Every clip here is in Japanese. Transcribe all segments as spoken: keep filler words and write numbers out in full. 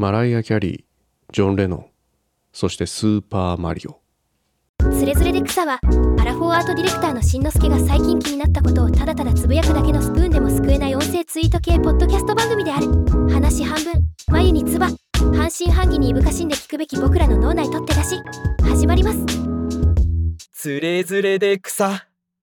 マライア・キャリー、ジョン・レノン、そしてスーパーマリオ。 つれづれで草はアラフォーアートディレクターのしんのすけが最近気になったことをただただつぶやくだけのスプーンでも救えない音声ツイート系ポッドキャスト番組である。話半分、眉につば、半信半疑にいぶかしんで聞くべき僕らの脳内取って出し、始まります。 つれづれで草。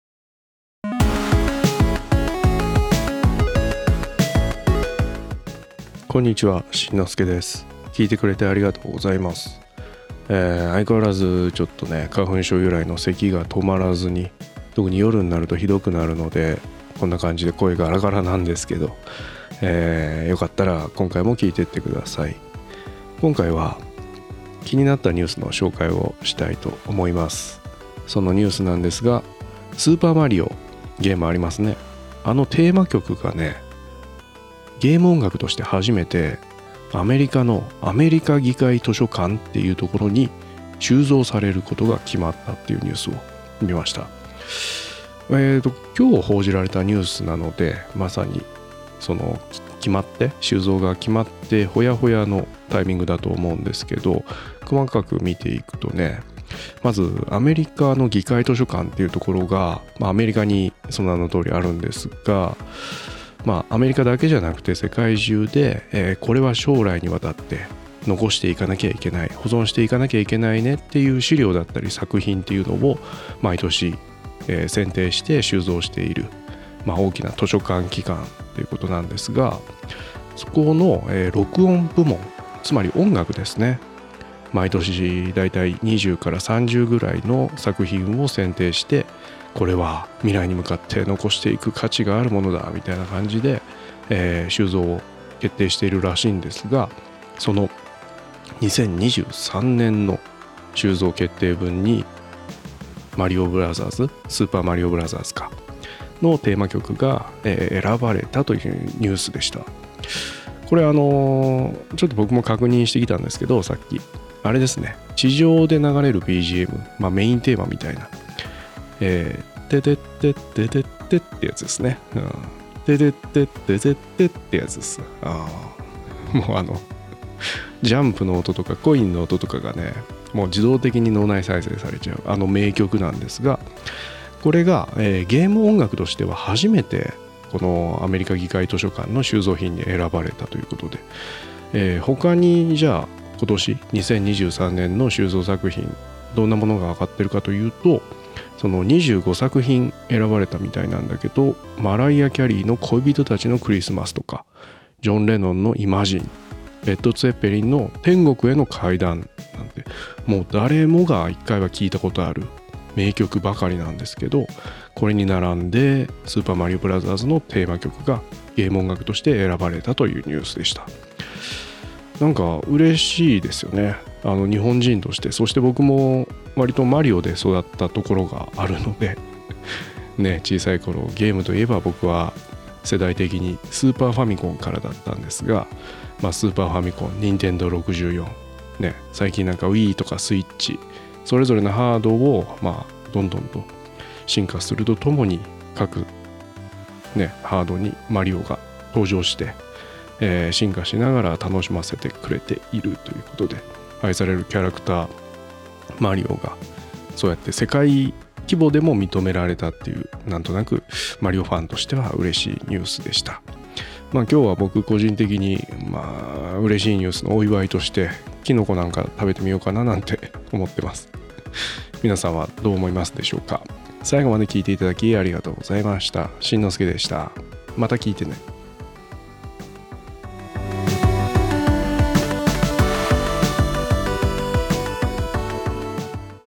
こんにちは、しんのすけです。聞いてくれてありがとうございます。えー、相変わらずちょっとね、花粉症由来の咳が止まらずに、特に夜になるとひどくなるので、こんな感じで声ガラガラなんですけど、えー、よかったら今回も聞いてってください。今回は気になったニュースの紹介をしたいと思います。そのニュースなんですが、スーパーマリオゲームありますね。あのテーマ曲がね、ゲーム音楽として初めてアメリカのアメリカ議会図書館っていうところに収蔵されることが決まったっていうニュースを見ました。えーと今日報じられたニュースなので、まさにその決まって収蔵が決まってほやほやのタイミングだと思うんですけど、細かく見ていくとね、まずアメリカの議会図書館っていうところが、まあ、アメリカにその名の通りあるんですが、まあアメリカだけじゃなくて世界中で、えー、これは将来にわたって残していかなきゃいけない、保存していかなきゃいけないねっていう資料だったり作品っていうのを毎年、えー、選定して収蔵している、まあ、大きな図書館機関ということなんですが、そこの、えー、録音部門、つまり音楽ですね、毎年だいたいにじゅうからさんじゅうぐらいの作品を選定して、これは未来に向かって残していく価値があるものだみたいな感じで、えー、収蔵を決定しているらしいんですが、そのにせんにじゅうさんねんの収蔵決定分にマリオブラザーズ、スーパーマリオブラザーズかのテーマ曲が、えー、選ばれたというニュースでした。これあのー、ちょっと僕も確認してきたんですけど、さっきあれですね、地上で流れる ビージーエム、まあ、メインテーマみたいな、えー、ててててててってやつですね。うん、ててててててってやつです。あもうあのジャンプの音とかコインの音とかがね、もう自動的に脳内再生されちゃうあの名曲なんですが、これが、えー、ゲーム音楽としては初めてこのアメリカ議会図書館の収蔵品に選ばれたということで、えー、他にじゃあ今年にせんにじゅうさんねんの収蔵作品どんなものが上がってるかというと、そのにじゅうごさくひん選ばれたみたいなんだけど、マライア・キャリーの恋人たちのクリスマスとか、ジョン・レノンのイマジン、レッド・ツェッペリンの天国への階段なんて、もう誰もが一回は聞いたことある名曲ばかりなんですけど、これに並んでスーパーマリオブラザーズのテーマ曲がゲーム音楽として選ばれたというニュースでした。なんか嬉しいですよね。あの日本人として、そして僕も割とマリオで育ったところがあるのでね、小さい頃ゲームといえば僕は世代的にスーパーファミコンからだったんですが、まあ、スーパーファミコン、ニンテンドーろくじゅうよん、ね、最近なんか Wii とかスイッチ、それぞれのハードを、まあ、どんどんと進化するとともに各、ね、ハードにマリオが登場して、えー、進化しながら楽しませてくれているということで、愛されるキャラクターマリオがそうやって世界規模でも認められたっていう、なんとなくマリオファンとしては嬉しいニュースでした。まあ今日は僕個人的にまあ嬉しいニュースのお祝いとしてキノコなんか食べてみようかななんて思ってます。皆さんはどう思いますでしょうか。最後まで聞いていただきありがとうございました。しんのすけでした。また聞いてね。